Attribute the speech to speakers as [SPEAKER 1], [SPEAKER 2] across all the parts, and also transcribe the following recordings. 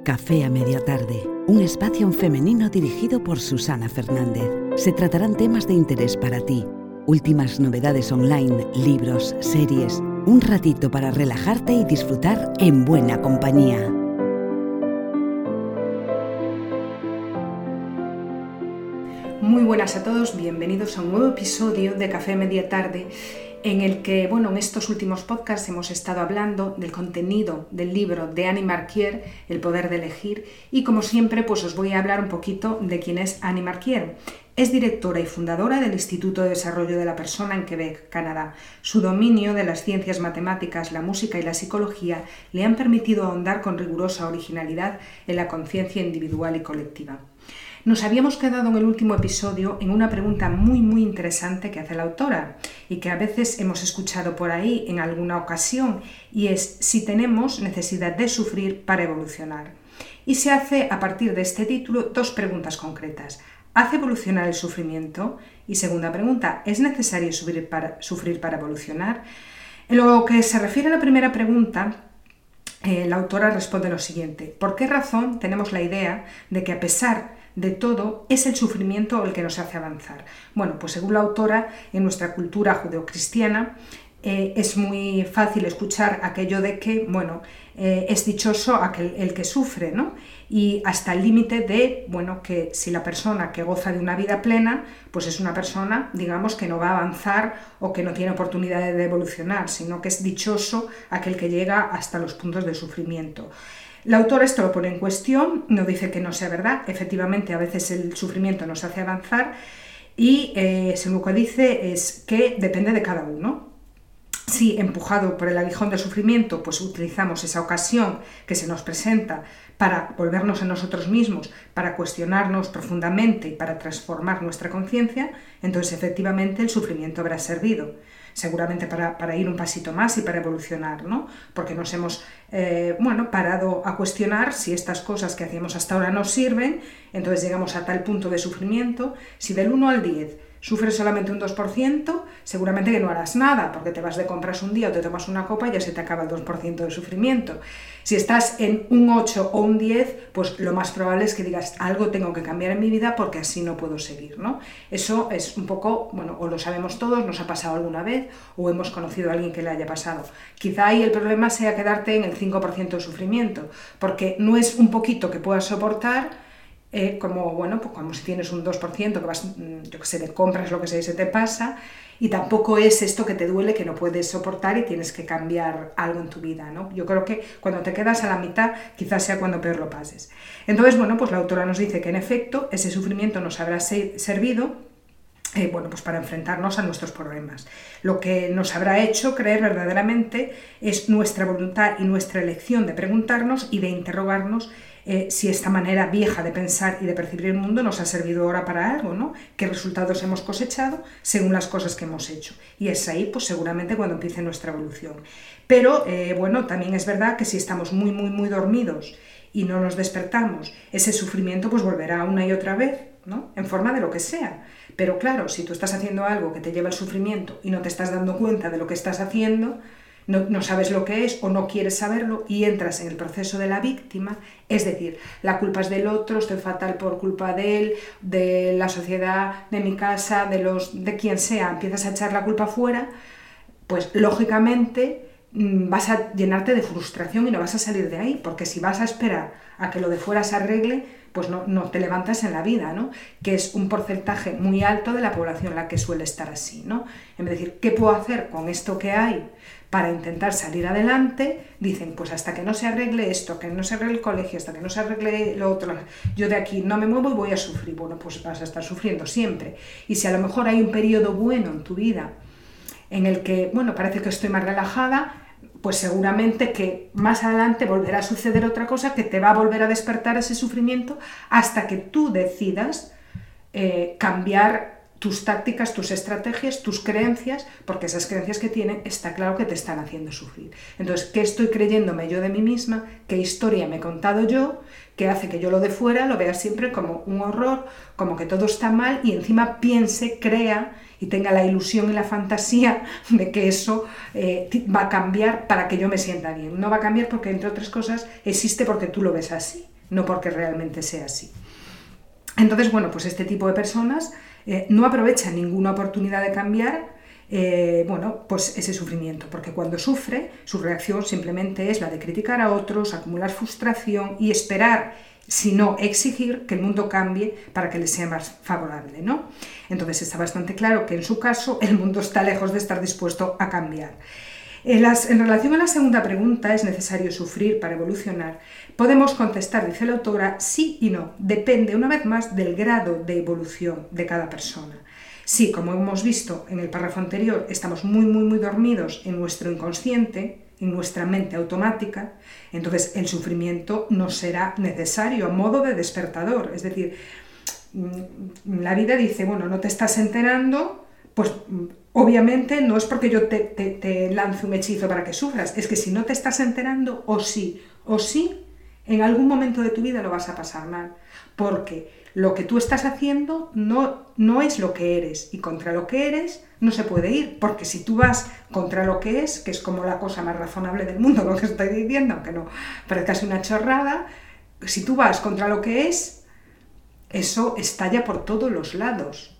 [SPEAKER 1] Café a media tarde, un espacio femenino dirigido por Susana Fernández. Se tratarán temas de interés para ti, últimas novedades online, libros, series, un ratito para relajarte y disfrutar en buena compañía.
[SPEAKER 2] Muy buenas a todos, bienvenidos a un nuevo episodio de Café a media tarde, en el que, en estos últimos podcasts hemos estado hablando del contenido del libro de Annie Marquier, El poder de elegir, y como siempre os voy a hablar un poquito de quién es Annie Marquier. Es directora y fundadora del Instituto de Desarrollo de la Persona en Quebec, Canadá. Su dominio de las ciencias matemáticas, la música y la psicología le han permitido ahondar con rigurosa originalidad en la conciencia individual y colectiva. Nos habíamos quedado en el último episodio en una pregunta muy interesante que hace la autora y que a veces hemos escuchado por ahí en alguna ocasión, y es si tenemos necesidad de sufrir para evolucionar. Y se hace a partir de este título dos preguntas concretas. ¿Hace evolucionar el sufrimiento? Y segunda pregunta, ¿es necesario sufrir para evolucionar? En lo que se refiere a la primera pregunta, la autora responde lo siguiente. ¿Por qué razón tenemos la idea de que a pesar de todo es el sufrimiento el que nos hace avanzar? Bueno, pues según la autora, en nuestra cultura judeocristiana es muy fácil escuchar aquello de que, es dichoso el que sufre, ¿no? Y hasta el límite de, que si la persona que goza de una vida plena, pues es una persona, digamos, que no va a avanzar o que no tiene oportunidad de evolucionar, sino que es dichoso aquel que llega hasta los puntos de sufrimiento. La autora esto lo pone en cuestión, no dice que no sea verdad, efectivamente a veces el sufrimiento nos hace avanzar y según lo que dice es que depende de cada uno. Si empujado por el aguijón del sufrimiento, pues utilizamos esa ocasión que se nos presenta para volvernos a nosotros mismos, para cuestionarnos profundamente y para transformar nuestra conciencia, entonces efectivamente el sufrimiento habrá servido. Seguramente para ir un pasito más y para evolucionar, ¿no? Porque nos hemos parado a cuestionar si estas cosas que hacíamos hasta ahora nos sirven, entonces llegamos a tal punto de sufrimiento. Si del 1 al 10 sufres solamente un 2%, seguramente que no harás nada, porque te vas de compras un día o te tomas una copa y ya se te acaba el 2% de sufrimiento. Si estás en un 8 o un 10, pues lo más probable es que digas, algo tengo que cambiar en mi vida porque así no puedo seguir, ¿no? Eso es un poco, o lo sabemos todos, nos ha pasado alguna vez, o hemos conocido a alguien que le haya pasado. Quizá ahí el problema sea quedarte en el 5% de sufrimiento, porque no es un poquito que puedas soportar, como si tienes un 2% que vas, de compras, lo que sea, y se te pasa, y tampoco es esto que te duele, que no puedes soportar y tienes que cambiar algo en tu vida, ¿no? Yo creo que cuando te quedas a la mitad, quizás sea cuando peor lo pases. Entonces, pues la autora nos dice que en efecto ese sufrimiento nos habrá servido para enfrentarnos a nuestros problemas. Lo que nos habrá hecho creer verdaderamente es nuestra voluntad y nuestra elección de preguntarnos y de interrogarnos si esta manera vieja de pensar y de percibir el mundo nos ha servido ahora para algo, ¿no? ¿Qué resultados hemos cosechado según las cosas que hemos hecho? Y es ahí, pues seguramente cuando empiece nuestra evolución. Pero, también es verdad que si estamos muy dormidos y no nos despertamos, ese sufrimiento pues volverá una y otra vez, ¿no? En forma de lo que sea. Pero claro, si tú estás haciendo algo que te lleva al sufrimiento y no te estás dando cuenta de lo que estás haciendo, no sabes lo que es o no quieres saberlo y entras en el proceso de la víctima, es decir, la culpa es del otro, estoy fatal por culpa de él, de la sociedad, de mi casa, de quien sea, empiezas a echar la culpa fuera, pues lógicamente vas a llenarte de frustración y no vas a salir de ahí, porque si vas a esperar a que lo de fuera se arregle, pues no te levantas en la vida, ¿no? Que es un porcentaje muy alto de la población la que suele estar así, ¿no? En vez de decir, ¿qué puedo hacer con esto que hay para intentar salir adelante? Dicen, pues hasta que no se arregle esto, que no se arregle el colegio, hasta que no se arregle lo otro, yo de aquí no me muevo y voy a sufrir. Bueno, pues vas a estar sufriendo siempre. Y si a lo mejor hay un periodo bueno en tu vida en el que, parece que estoy más relajada, pues seguramente que más adelante volverá a suceder otra cosa que te va a volver a despertar ese sufrimiento hasta que tú decidas cambiar tus tácticas, tus estrategias, tus creencias, porque esas creencias que tienen está claro que te están haciendo sufrir. Entonces, ¿qué estoy creyéndome yo de mí misma? ¿Qué historia me he contado yo? Que hace que yo lo de fuera lo vea siempre como un horror, como que todo está mal y encima piense, crea y tenga la ilusión y la fantasía de que eso va a cambiar para que yo me sienta bien. No va a cambiar porque, entre otras cosas, existe porque tú lo ves así. no porque realmente sea así. Entonces, bueno, pues este tipo de personas no aprovechan ninguna oportunidad de cambiar pues ese sufrimiento, porque cuando sufre, su reacción simplemente es la de criticar a otros, acumular frustración y esperar, si no exigir, que el mundo cambie para que le sea más favorable, ¿no? Entonces está bastante claro que en su caso el mundo está lejos de estar dispuesto a cambiar. En relación a la segunda pregunta, ¿es necesario sufrir para evolucionar? Podemos contestar, dice la autora, sí y no. Depende, una vez más, del grado de evolución de cada persona. Sí, como hemos visto en el párrafo anterior, estamos muy dormidos en nuestro inconsciente, en nuestra mente automática, entonces el sufrimiento no será necesario a modo de despertador. Es decir, la vida dice, bueno, no te estás enterando, pues obviamente no es porque yo te lance un hechizo para que sufras, es que si no te estás enterando, o sí, en algún momento de tu vida lo vas a pasar mal, porque lo que tú estás haciendo no es lo que eres, y contra lo que eres no se puede ir, porque si tú vas contra lo que es como la cosa más razonable del mundo, lo que estoy diciendo, aunque no parezca casi una chorrada, si tú vas contra lo que es, eso estalla por todos los lados,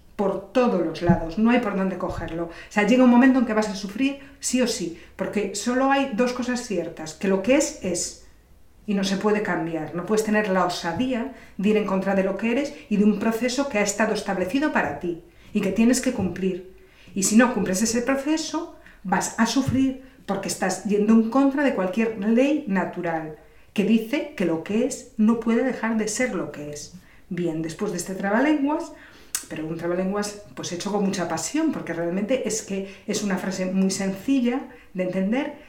[SPEAKER 2] no hay por dónde cogerlo. O sea, llega un momento en que vas a sufrir sí o sí, porque solo hay dos cosas ciertas, que lo que es, y no se puede cambiar. No puedes tener la osadía de ir en contra de lo que eres y de un proceso que ha estado establecido para ti y que tienes que cumplir. Y si no cumples ese proceso, vas a sufrir porque estás yendo en contra de cualquier ley natural que dice que lo que es no puede dejar de ser lo que es. Bien, después de este trabalenguas, pero un trabalenguas pues hecho con mucha pasión, porque realmente es que es una frase muy sencilla de entender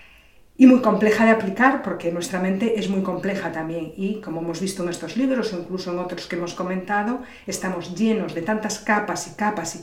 [SPEAKER 2] y muy compleja de aplicar, porque nuestra mente es muy compleja también, y como hemos visto en estos libros o incluso en otros que hemos comentado, estamos llenos de tantas capas y capas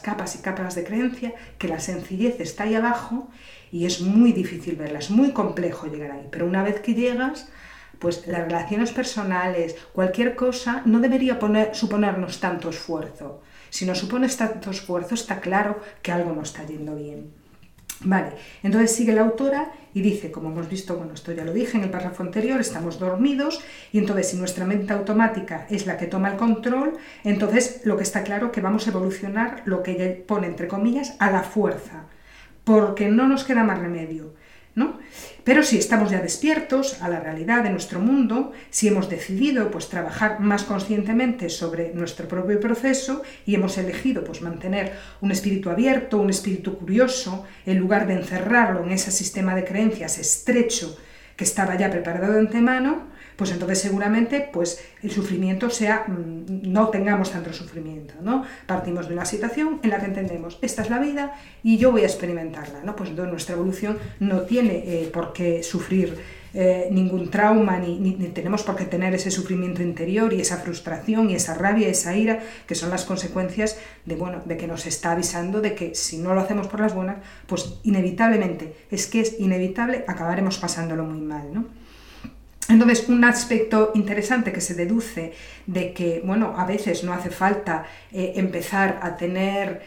[SPEAKER 2] de creencia que la sencillez está ahí abajo y es muy difícil verla, es muy complejo llegar ahí, pero una vez que llegas, pues las relaciones personales, cualquier cosa, no debería suponernos tanto esfuerzo. Si no supones tanto esfuerzo, está claro que algo no está yendo bien. Vale, entonces sigue la autora y dice, como hemos visto, bueno, esto ya lo dije en el párrafo anterior, estamos dormidos y entonces si nuestra mente automática es la que toma el control, entonces lo que está claro es que vamos a evolucionar lo que ella pone entre comillas a la fuerza, porque no nos queda más remedio, ¿no? Pero si estamos ya despiertos a la realidad de nuestro mundo, si hemos decidido pues trabajar más conscientemente sobre nuestro propio proceso y hemos elegido pues mantener un espíritu abierto, un espíritu curioso, en lugar de encerrarlo en ese sistema de creencias estrecho que estaba ya preparado de antemano, pues entonces seguramente pues el sufrimiento no tengamos tanto sufrimiento, ¿no? Partimos de una situación en la que entendemos, esta es la vida y yo voy a experimentarla, ¿no? Pues entonces nuestra evolución no tiene por qué sufrir ningún trauma, ni tenemos por qué tener ese sufrimiento interior y esa frustración y esa rabia y esa ira, que son las consecuencias de que nos está avisando de que si no lo hacemos por las buenas, pues inevitablemente, es inevitable, acabaremos pasándolo muy mal, ¿no? Entonces, un aspecto interesante que se deduce de que, bueno, a veces no hace falta empezar a tener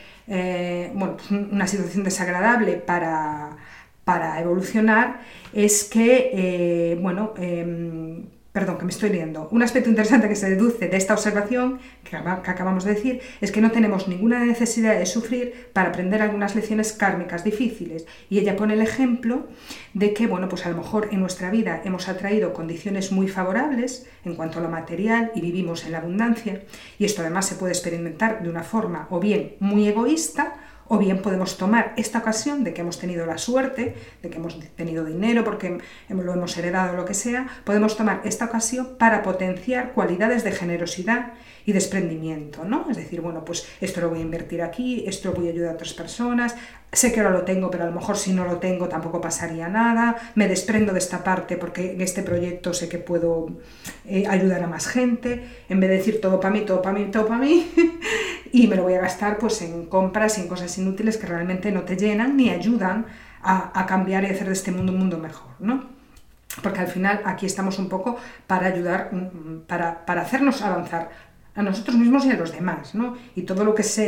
[SPEAKER 2] una situación desagradable para evolucionar, es que, perdón, que me estoy liando. Un aspecto interesante que se deduce de esta observación que acabamos de decir es que no tenemos ninguna necesidad de sufrir para aprender algunas lecciones kármicas difíciles. Y ella pone el ejemplo de que, bueno, pues a lo mejor en nuestra vida hemos atraído condiciones muy favorables en cuanto a lo material y vivimos en la abundancia. Y esto además se puede experimentar de una forma o bien muy egoísta, o bien podemos tomar esta ocasión de que hemos tenido la suerte, de que hemos tenido dinero porque lo hemos heredado o lo que sea, podemos tomar esta ocasión para potenciar cualidades de generosidad y desprendimiento, ¿no? Es decir, bueno, pues esto lo voy a invertir aquí, esto lo voy a ayudar a otras personas, sé que ahora lo tengo, pero a lo mejor si no lo tengo tampoco pasaría nada, me desprendo de esta parte porque en este proyecto sé que puedo ayudar a más gente, en vez de decir todo para mí, todo para mí, todo para mí, y me lo voy a gastar pues en compras y en cosas inútiles que realmente no te llenan ni ayudan a cambiar y hacer de este mundo un mundo mejor, ¿no? Porque al final aquí estamos un poco para ayudar, para hacernos avanzar a nosotros mismos y a los demás, ¿no? Y todo lo que sea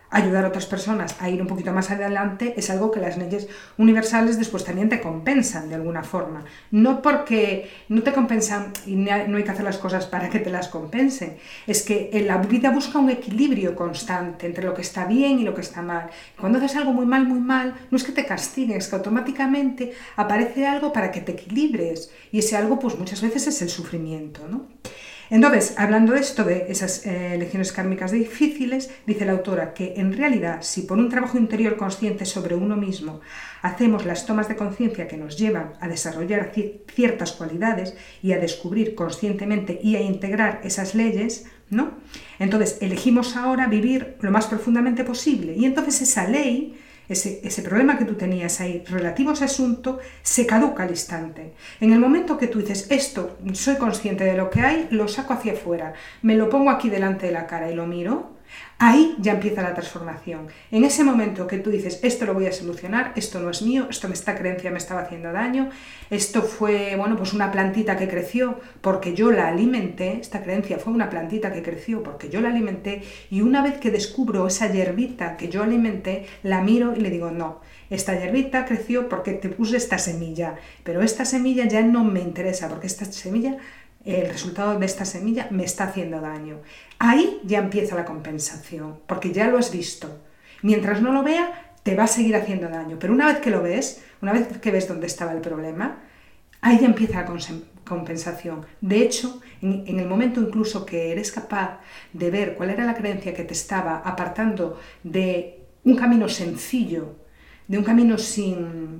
[SPEAKER 2] ayudar a otras personas a ir un poquito más adelante es algo que las leyes universales después también te compensan de alguna forma. No porque no te compensan y no hay que hacer las cosas para que te las compensen. Es que la vida busca un equilibrio constante entre lo que está bien y lo que está mal. Cuando haces algo muy mal, no es que te castiguen, es que automáticamente aparece algo para que te equilibres. Y ese algo pues muchas veces es el sufrimiento, ¿no? Entonces, hablando de esto, de esas lecciones kármicas difíciles, dice la autora que en realidad, si por un trabajo interior consciente sobre uno mismo hacemos las tomas de conciencia que nos llevan a desarrollar ciertas cualidades y a descubrir conscientemente y a integrar esas leyes, ¿no? Entonces, elegimos ahora vivir lo más profundamente posible y entonces esa ley, ese problema que tú tenías ahí relativo a ese asunto, se caduca al instante. En el momento que tú dices, esto, soy consciente de lo que hay, lo saco hacia afuera, me lo pongo aquí delante de la cara y lo miro, ahí ya empieza la transformación. En ese momento que tú dices, esto lo voy a solucionar, esto no es mío, esta creencia me estaba haciendo daño, esto fue, pues una plantita que creció porque yo la alimenté, esta creencia fue una plantita que creció porque yo la alimenté, y una vez que descubro esa hierbita que yo alimenté, la miro y le digo, no, esta hierbita creció porque te puse esta semilla, pero esta semilla ya no me interesa porque esta semilla, el resultado de esta semilla me está haciendo daño. Ahí ya empieza la compensación, porque ya lo has visto. Mientras no lo vea, te va a seguir haciendo daño. Pero una vez que lo ves, una vez que ves dónde estaba el problema, ahí ya empieza la compensación. De hecho, en el momento incluso que eres capaz de ver cuál era la creencia que te estaba apartando de un camino sencillo, de un camino sin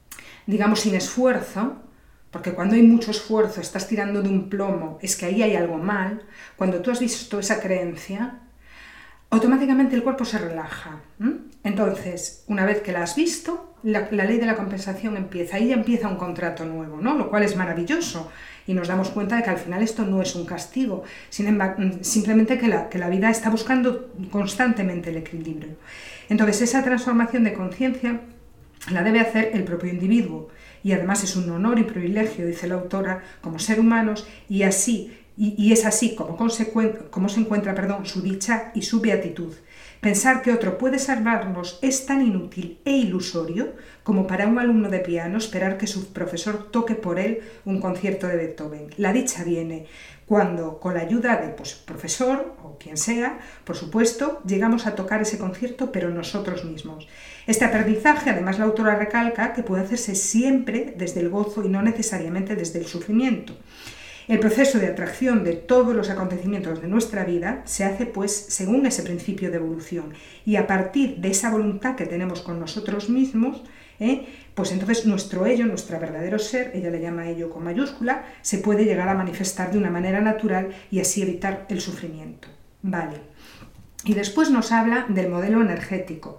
[SPEAKER 2] esfuerzo, porque cuando hay mucho esfuerzo, estás tirando de un plomo, es que ahí hay algo mal. Cuando tú has visto esa creencia, automáticamente el cuerpo se relaja. Entonces, una vez que la has visto, la ley de la compensación empieza. Ahí ya empieza un contrato nuevo, ¿no? Lo cual es maravilloso. Y nos damos cuenta de que al final esto no es un castigo, simplemente que la vida está buscando constantemente el equilibrio. Entonces, esa transformación de conciencia la debe hacer el propio individuo. Y además es un honor y privilegio, dice la autora, como ser humanos, y es así como se encuentra su dicha y su beatitud. Pensar que otro puede salvarnos es tan inútil e ilusorio como para un alumno de piano esperar que su profesor toque por él un concierto de Beethoven. La dicha viene cuando, con la ayuda del profesor o quien sea, por supuesto, llegamos a tocar ese concierto, pero nosotros mismos. Este aprendizaje, además, la autora recalca que puede hacerse siempre desde el gozo y no necesariamente desde el sufrimiento. El proceso de atracción de todos los acontecimientos de nuestra vida se hace, según ese principio de evolución. Y a partir de esa voluntad que tenemos con nosotros mismos, entonces nuestro ello, nuestro verdadero ser, ella le llama ello con mayúscula, se puede llegar a manifestar de una manera natural y así evitar el sufrimiento. Vale. Y después nos habla del modelo energético.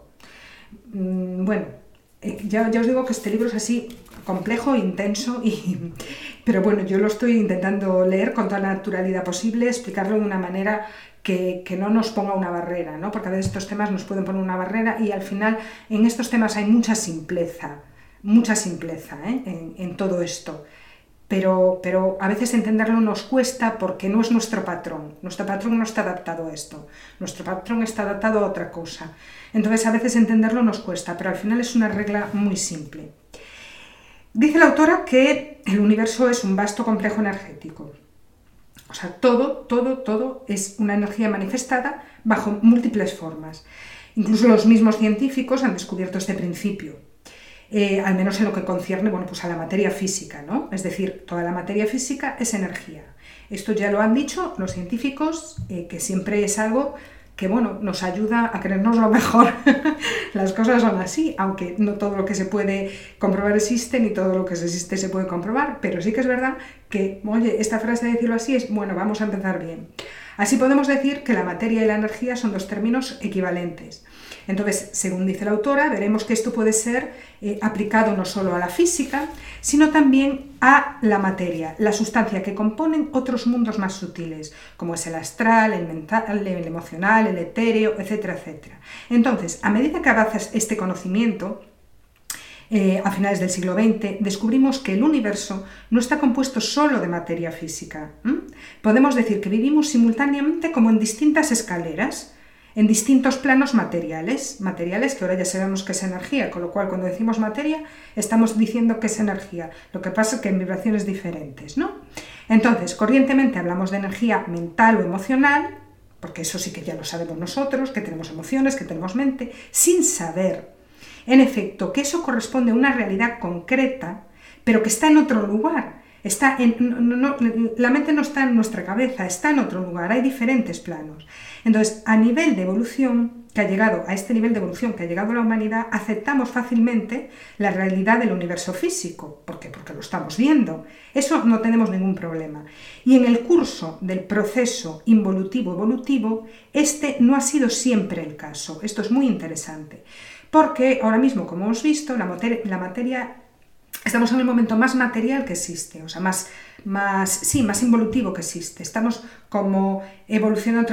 [SPEAKER 2] Ya os digo que este libro es así complejo, intenso, pero yo lo estoy intentando leer con toda la naturalidad posible, explicarlo de una manera que no nos ponga una barrera, ¿no? Porque a veces estos temas nos pueden poner una barrera y al final en estos temas hay mucha simpleza en todo esto. Pero a veces entenderlo nos cuesta porque no es nuestro patrón. Nuestro patrón no está adaptado a esto. Nuestro patrón está adaptado a otra cosa. Entonces a veces entenderlo nos cuesta, pero al final es una regla muy simple. Dice la autora que el universo es un vasto complejo energético. O sea, todo es una energía manifestada bajo múltiples formas. Incluso los mismos científicos han descubierto este principio. Al menos en lo que concierne a la materia física, ¿no? Es decir, toda la materia física es energía. Esto ya lo han dicho los científicos, que siempre es algo que nos ayuda a creernos lo mejor. Las cosas son así, aunque no todo lo que se puede comprobar existe, ni todo lo que existe se puede comprobar, pero sí que es verdad que, esta frase de decirlo así es, vamos a empezar bien. Así podemos decir que la materia y la energía son dos términos equivalentes. Entonces, según dice la autora, veremos que esto puede ser aplicado no solo a la física, sino también a la materia, la sustancia que componen otros mundos más sutiles, como es el astral, el mental, el emocional, el etéreo, etcétera, etcétera. Entonces, a medida que avanza este conocimiento, a finales del siglo XX, descubrimos que el universo no está compuesto solo de materia física. Podemos decir que vivimos simultáneamente como en distintas escaleras. en distintos planos materiales que ahora ya sabemos que es energía, con lo cual cuando decimos materia estamos diciendo que es energía, lo que pasa es que en vibraciones diferentes, ¿no? Entonces, corrientemente hablamos de energía mental o emocional, porque eso sí que ya lo sabemos nosotros, que tenemos emociones, que tenemos mente, sin saber, en efecto, que eso corresponde a una realidad concreta, pero que está en otro lugar. La mente no está en nuestra cabeza, está en otro lugar, hay diferentes planos. Entonces, a nivel de evolución, a este nivel de evolución que ha llegado la humanidad, aceptamos fácilmente la realidad del universo físico. ¿Por qué? Porque lo estamos viendo. Eso no tenemos ningún problema. Y en el curso del proceso involutivo-evolutivo, este no ha sido siempre el caso. Esto es muy interesante. Porque ahora mismo, como hemos visto, la materia estamos en el momento más material que existe, o sea, más involutivo que existe. Estamos como involucionando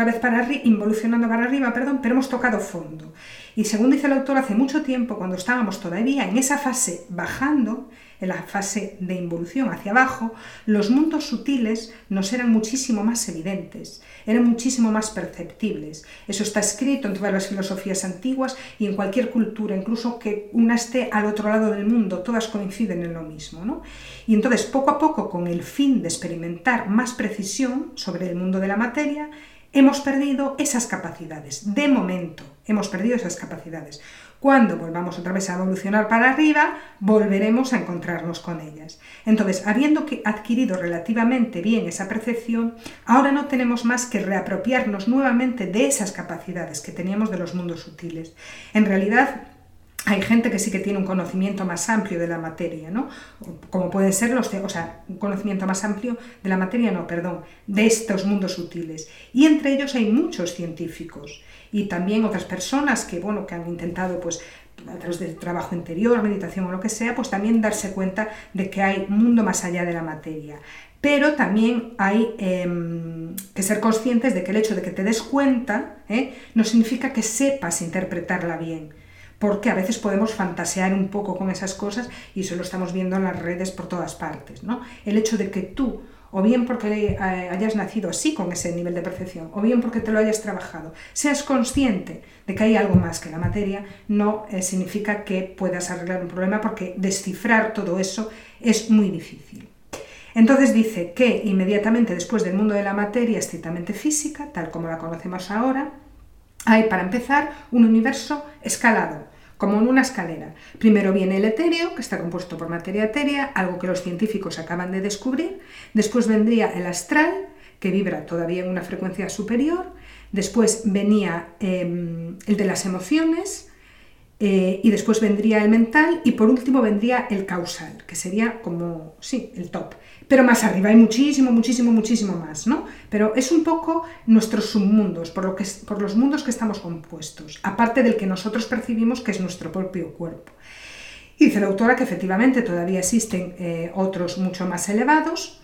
[SPEAKER 2] para arriba, pero hemos tocado fondo. Y según dice el autor, hace mucho tiempo, cuando estábamos todavía en esa fase bajando, en la fase de involución hacia abajo, los mundos sutiles nos eran muchísimo más evidentes, eran muchísimo más perceptibles. Eso está escrito en todas las filosofías antiguas y en cualquier cultura, incluso que una esté al otro lado del mundo, todas coinciden en lo mismo, ¿no? Y entonces, poco a poco, con el fin de experimentar más precisión sobre el mundo de la materia, hemos perdido esas capacidades. De momento, hemos perdido esas capacidades. Cuando volvamos otra vez a evolucionar para arriba, volveremos a encontrarnos con ellas. Entonces, habiendo adquirido relativamente bien esa percepción, ahora no tenemos más que reapropiarnos nuevamente de esas capacidades que teníamos de los mundos sutiles. En realidad, hay gente que sí que tiene un conocimiento más amplio de la materia, ¿no? Como pueden ser un conocimiento más amplio de la materia, de estos mundos sutiles. Y entre ellos hay muchos científicos y también otras personas que han intentado, pues, a través del trabajo interior, meditación o lo que sea, pues también darse cuenta de que hay un mundo más allá de la materia. Pero también hay que ser conscientes de que el hecho de que te des cuenta no significa que sepas interpretarla bien, porque a veces podemos fantasear un poco con esas cosas y eso lo estamos viendo en las redes por todas partes, ¿no? El hecho de que tú, o bien porque hayas nacido así con ese nivel de percepción, o bien porque te lo hayas trabajado, seas consciente de que hay algo más que la materia, no significa que puedas arreglar un problema, porque descifrar todo eso es muy difícil. Entonces dice que inmediatamente después del mundo de la materia estrictamente física, tal como la conocemos ahora, hay, para empezar, un universo escalado, como en una escalera. Primero viene el etéreo, que está compuesto por materia etérea, algo que los científicos acaban de descubrir. Después vendría el astral, que vibra todavía en una frecuencia superior. Después venía el de las emociones, y después vendría el mental, y por último vendría el causal, que sería como, el top. Pero más arriba hay muchísimo más, ¿no? Pero es un poco nuestros submundos, por los mundos que estamos compuestos, aparte del que nosotros percibimos que es nuestro propio cuerpo. Y dice la autora que efectivamente todavía existen otros mucho más elevados,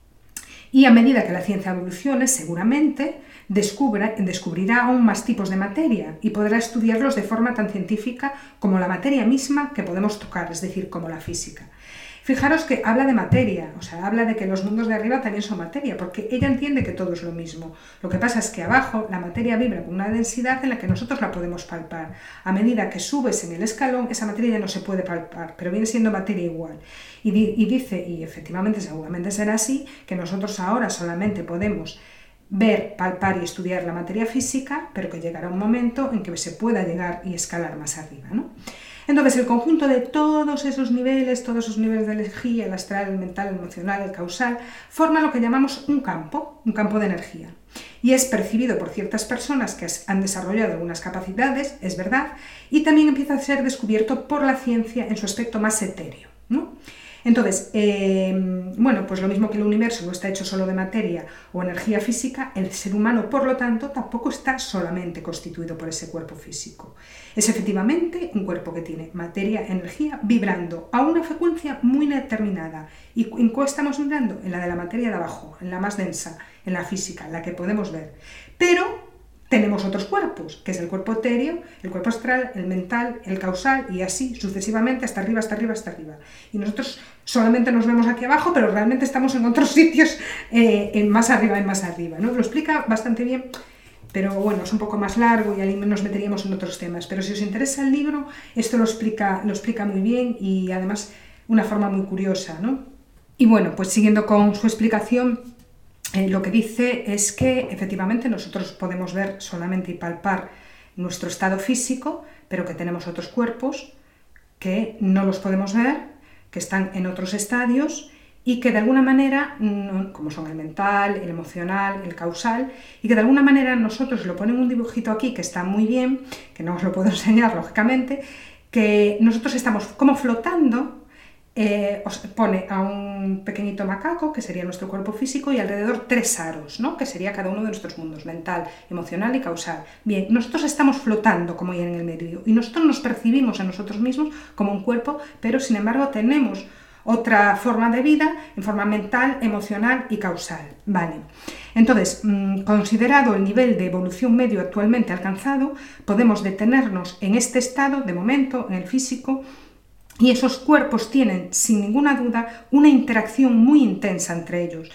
[SPEAKER 2] y a medida que la ciencia evolucione, seguramente descubrirá aún más tipos de materia y podrá estudiarlos de forma tan científica como la materia misma que podemos tocar, es decir, como la física. Fijaros que habla de materia, o sea, habla de que los mundos de arriba también son materia, porque ella entiende que todo es lo mismo. Lo que pasa es que abajo la materia vibra con una densidad en la que nosotros la podemos palpar. A medida que subes en el escalón, esa materia ya no se puede palpar, pero viene siendo materia igual. Y dice, y efectivamente seguramente será así, que nosotros ahora solamente podemos ver, palpar y estudiar la materia física, pero que llegará un momento en que se pueda llegar y escalar más arriba, ¿no? Entonces, el conjunto de todos esos niveles de energía, el astral, el mental, el emocional, el causal, forma lo que llamamos un campo de energía. Y es percibido por ciertas personas que han desarrollado algunas capacidades, es verdad, y también empieza a ser descubierto por la ciencia en su aspecto más etéreo, ¿no? Entonces, pues lo mismo que el universo no está hecho solo de materia o energía física, el ser humano, por lo tanto, tampoco está solamente constituido por ese cuerpo físico. Es efectivamente un cuerpo que tiene materia, energía, vibrando a una frecuencia muy determinada. ¿Y en cuál estamos vibrando? En la de la materia de abajo, en la más densa, en la física, en la que podemos ver. Pero tenemos otros cuerpos, que es el cuerpo etéreo, el cuerpo astral, el mental, el causal, y así sucesivamente hasta arriba, hasta arriba, hasta arriba. Y nosotros solamente nos vemos aquí abajo, pero realmente estamos en otros sitios, en más arriba, ¿no? Lo explica bastante bien pero bueno, es un poco más largo y ahí nos meteríamos en otros temas. Pero si os interesa el libro, esto lo explica muy bien y además una forma muy curiosa, ¿no? Y bueno, pues siguiendo con su explicación, lo que dice es que efectivamente nosotros podemos ver solamente y palpar nuestro estado físico, pero que tenemos otros cuerpos que no los podemos ver, que están en otros estadios y que de alguna manera, como son el mental, el emocional, el causal, y que de alguna manera nosotros, lo ponen un dibujito aquí que está muy bien, que no os lo puedo enseñar lógicamente, que nosotros estamos como flotando. Os pone a un pequeñito macaco, que sería nuestro cuerpo físico, y alrededor 3 aros, ¿no? Que sería cada uno de nuestros mundos, mental, emocional y causal. Bien, nosotros estamos flotando como ahí en el medio, y nosotros nos percibimos a nosotros mismos como un cuerpo, pero sin embargo tenemos otra forma de vida en forma mental, emocional y causal. Vale. Entonces, considerado el nivel de evolución medio actualmente alcanzado, podemos detenernos en este estado, de momento, en el físico, y esos cuerpos tienen, sin ninguna duda, una interacción muy intensa entre ellos,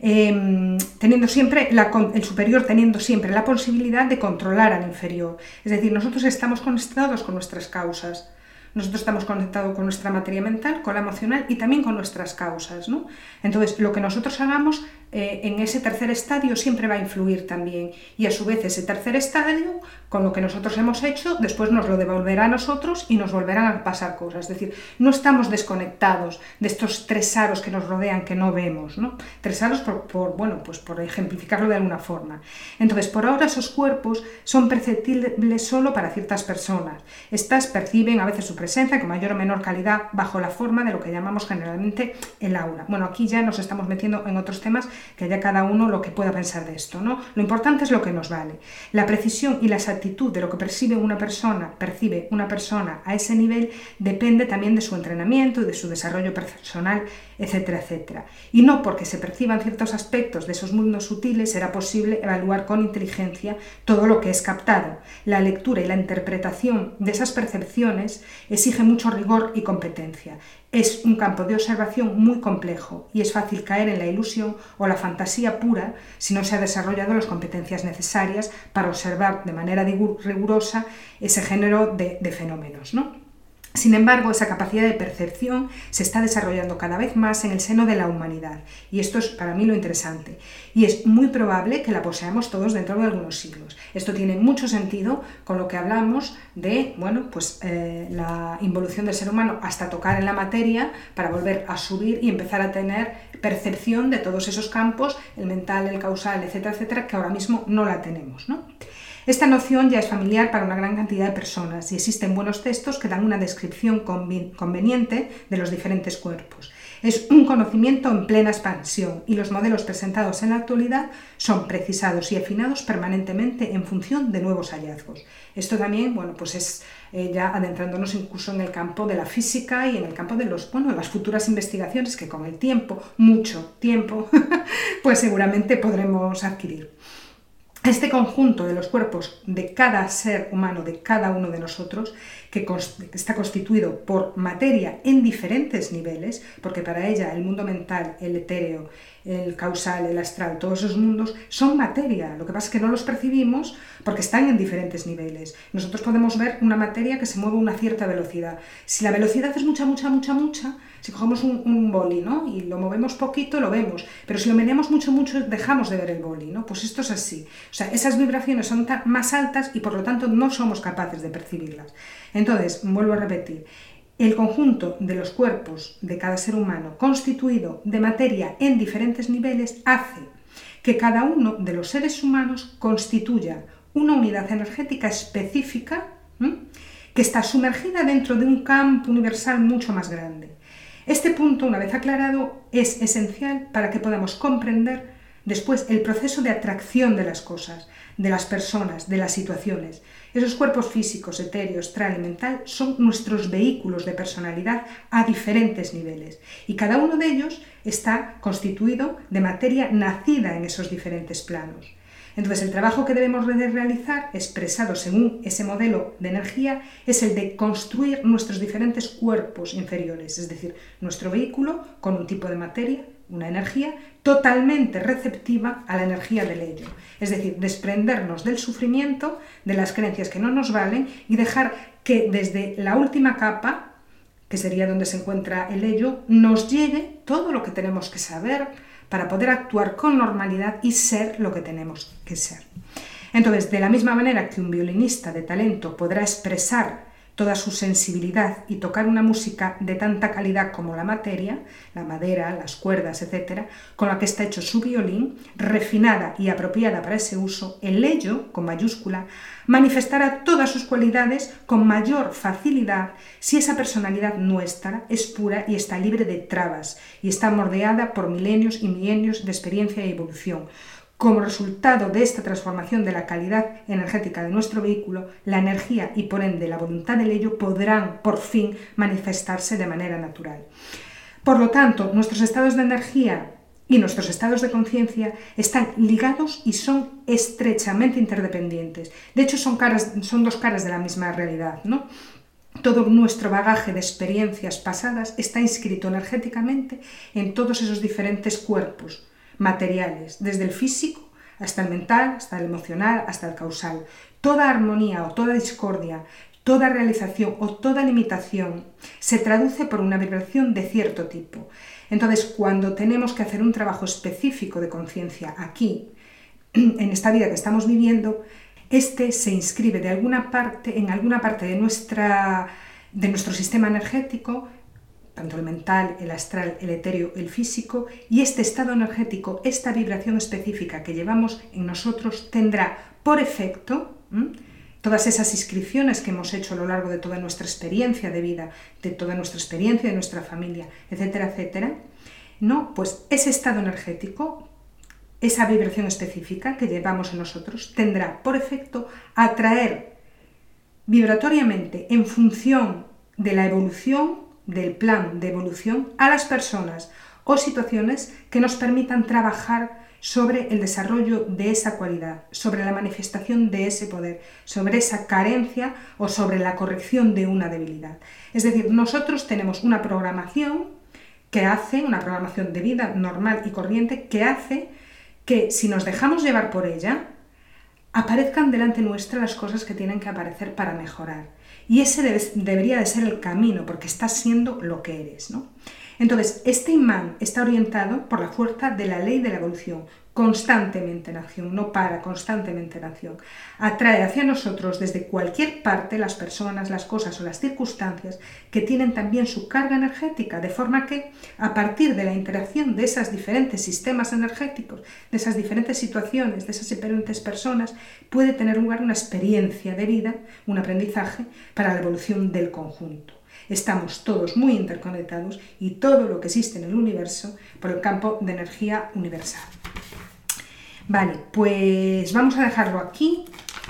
[SPEAKER 2] teniendo siempre el superior teniendo siempre la posibilidad de controlar al inferior. Es decir, nosotros estamos conectados con nuestras causas, nosotros estamos conectados con nuestra materia mental, con la emocional y también con nuestras causas, ¿no? Entonces, lo que nosotros hagamos en ese tercer estadio siempre va a influir también, y a su vez ese tercer estadio, con lo que nosotros hemos hecho, después nos lo devolverá a nosotros y nos volverán a pasar cosas. Es decir, no estamos desconectados de estos 3 aros que nos rodean, que no vemos, ¿no? 3 aros por ejemplificarlo de alguna forma. Entonces, por ahora esos cuerpos son perceptibles solo para ciertas personas. Estas perciben a veces su presencia con mayor o menor calidad bajo la forma de lo que llamamos generalmente el aura. Bueno, aquí ya nos estamos metiendo en otros temas que haya cada uno lo que pueda pensar de esto, ¿no? Lo importante es lo que nos vale. La precisión y la exactitud de lo que percibe una persona a ese nivel depende también de su entrenamiento y de su desarrollo personal, etcétera, etcétera. Y no porque se perciban ciertos aspectos de esos mundos sutiles será posible evaluar con inteligencia todo lo que es captado. La lectura y la interpretación de esas percepciones exige mucho rigor y competencia. Es un campo de observación muy complejo y es fácil caer en la ilusión o la fantasía pura si no se ha desarrollado las competencias necesarias para observar de manera rigurosa ese género de fenómenos, ¿no? Sin embargo, esa capacidad de percepción se está desarrollando cada vez más en el seno de la humanidad, y esto es para mí lo interesante, y es muy probable que la poseamos todos dentro de algunos siglos. Esto tiene mucho sentido con lo que hablamos de la involución del ser humano hasta tocar en la materia para volver a subir y empezar a tener percepción de todos esos campos, el mental, el causal, etcétera, etcétera, que ahora mismo no la tenemos, ¿no? Esta noción ya es familiar para una gran cantidad de personas y existen buenos textos que dan una descripción conveniente de los diferentes cuerpos. Es un conocimiento en plena expansión y los modelos presentados en la actualidad son precisados y afinados permanentemente en función de nuevos hallazgos. Esto también, es ya adentrándonos incluso en el campo de la física y en el campo de las futuras investigaciones que con el tiempo, mucho tiempo, pues seguramente podremos adquirir. Este conjunto de los cuerpos de cada ser humano, de cada uno de nosotros, que está constituido por materia en diferentes niveles, porque para ella el mundo mental, el etéreo, el causal, el astral, todos esos mundos son materia. Lo que pasa es que no los percibimos porque están en diferentes niveles. Nosotros podemos ver una materia que se mueve a una cierta velocidad. Si la velocidad es mucha, si cogemos un boli, ¿no? Y lo movemos poquito, lo vemos, pero si lo meneamos mucho, dejamos de ver el boli, ¿no? Pues esto es así. O sea, esas vibraciones son más altas y por lo tanto no somos capaces de percibirlas. Entonces, vuelvo a repetir, el conjunto de los cuerpos de cada ser humano constituido de materia en diferentes niveles hace que cada uno de los seres humanos constituya una unidad energética específica que está sumergida dentro de un campo universal mucho más grande. Este punto, una vez aclarado, es esencial para que podamos comprender después el proceso de atracción de las cosas, de las personas, de las situaciones. Esos cuerpos físicos, etéreo, astral y mental son nuestros vehículos de personalidad a diferentes niveles y cada uno de ellos está constituido de materia nacida en esos diferentes planos. Entonces, el trabajo que debemos realizar, expresado según ese modelo de energía, es el de construir nuestros diferentes cuerpos inferiores, es decir, nuestro vehículo con un tipo de materia una energía totalmente receptiva a la energía del ello. Es decir, desprendernos del sufrimiento, de las creencias que no nos valen y dejar que desde la última capa, que sería donde se encuentra el ello, nos llegue todo lo que tenemos que saber para poder actuar con normalidad y ser lo que tenemos que ser. Entonces, de la misma manera que un violinista de talento podrá expresar toda su sensibilidad y tocar una música de tanta calidad como la materia, la madera, las cuerdas, etc., con la que está hecho su violín, refinada y apropiada para ese uso, el ello, con mayúscula, manifestará todas sus cualidades con mayor facilidad si esa personalidad nuestra es pura y está libre de trabas y está bordeada por milenios y milenios de experiencia y evolución. Como resultado de esta transformación de la calidad energética de nuestro vehículo, la energía y por ende la voluntad del ello podrán por fin manifestarse de manera natural. Por lo tanto, nuestros estados de energía y nuestros estados de conciencia están ligados y son estrechamente interdependientes. De hecho, son dos caras de la misma realidad, ¿no? Todo nuestro bagaje de experiencias pasadas está inscrito energéticamente en todos esos diferentes cuerpos materiales, desde el físico hasta el mental, hasta el emocional, hasta el causal. Toda armonía o toda discordia, toda realización o toda limitación se traduce por una vibración de cierto tipo. Entonces, cuando tenemos que hacer un trabajo específico de conciencia aquí, en esta vida que estamos viviendo, este se inscribe en alguna parte de nuestro sistema energético, tanto el mental, el astral, el etéreo, el físico, y este estado energético, esta vibración específica que llevamos en nosotros tendrá por efecto todas esas inscripciones que hemos hecho a lo largo de toda nuestra experiencia de vida, de toda nuestra experiencia de nuestra familia, etcétera, etcétera, ¿no? Pues ese estado energético, esa vibración específica que llevamos en nosotros, tendrá por efecto atraer vibratoriamente en función de la evolución del plan de evolución a las personas o situaciones que nos permitan trabajar sobre el desarrollo de esa cualidad, sobre la manifestación de ese poder, sobre esa carencia o sobre la corrección de una debilidad. Es decir, nosotros tenemos una programación de vida normal y corriente que hace que si nos dejamos llevar por ella, aparezcan delante nuestra las cosas que tienen que aparecer para mejorar. Y ese debería de ser el camino, porque estás siendo lo que eres, ¿no? Entonces, este imán está orientado por la fuerza de la ley de la evolución, constantemente en acción, no para, constantemente en acción. Atrae hacia nosotros desde cualquier parte las personas, las cosas o las circunstancias que tienen también su carga energética, de forma que, a partir de la interacción de esos diferentes sistemas energéticos, de esas diferentes situaciones, de esas diferentes personas, puede tener lugar una experiencia de vida, un aprendizaje para la evolución del conjunto. Estamos todos muy interconectados y todo lo que existe en el universo por el campo de energía universal. Vale, pues vamos a dejarlo aquí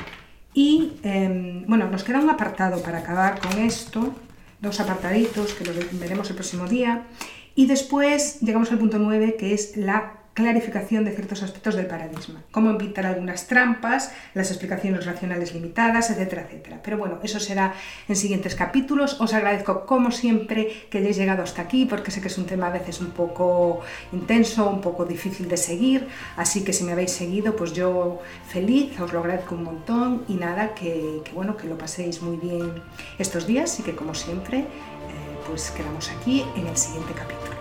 [SPEAKER 2] y nos queda un apartado para acabar con esto, dos apartaditos que lo veremos el próximo día, y después llegamos al punto 9, que es la clarificación de ciertos aspectos del paradigma, cómo evitar algunas trampas, las explicaciones racionales limitadas, etcétera, etcétera. Pero bueno, eso será en siguientes capítulos. Os agradezco como siempre que hayáis llegado hasta aquí, porque sé que es un tema a veces un poco intenso, un poco difícil de seguir, así que si me habéis seguido, pues yo feliz, os lo agradezco un montón y nada, que lo paséis muy bien estos días y que como siempre, pues quedamos aquí en el siguiente capítulo.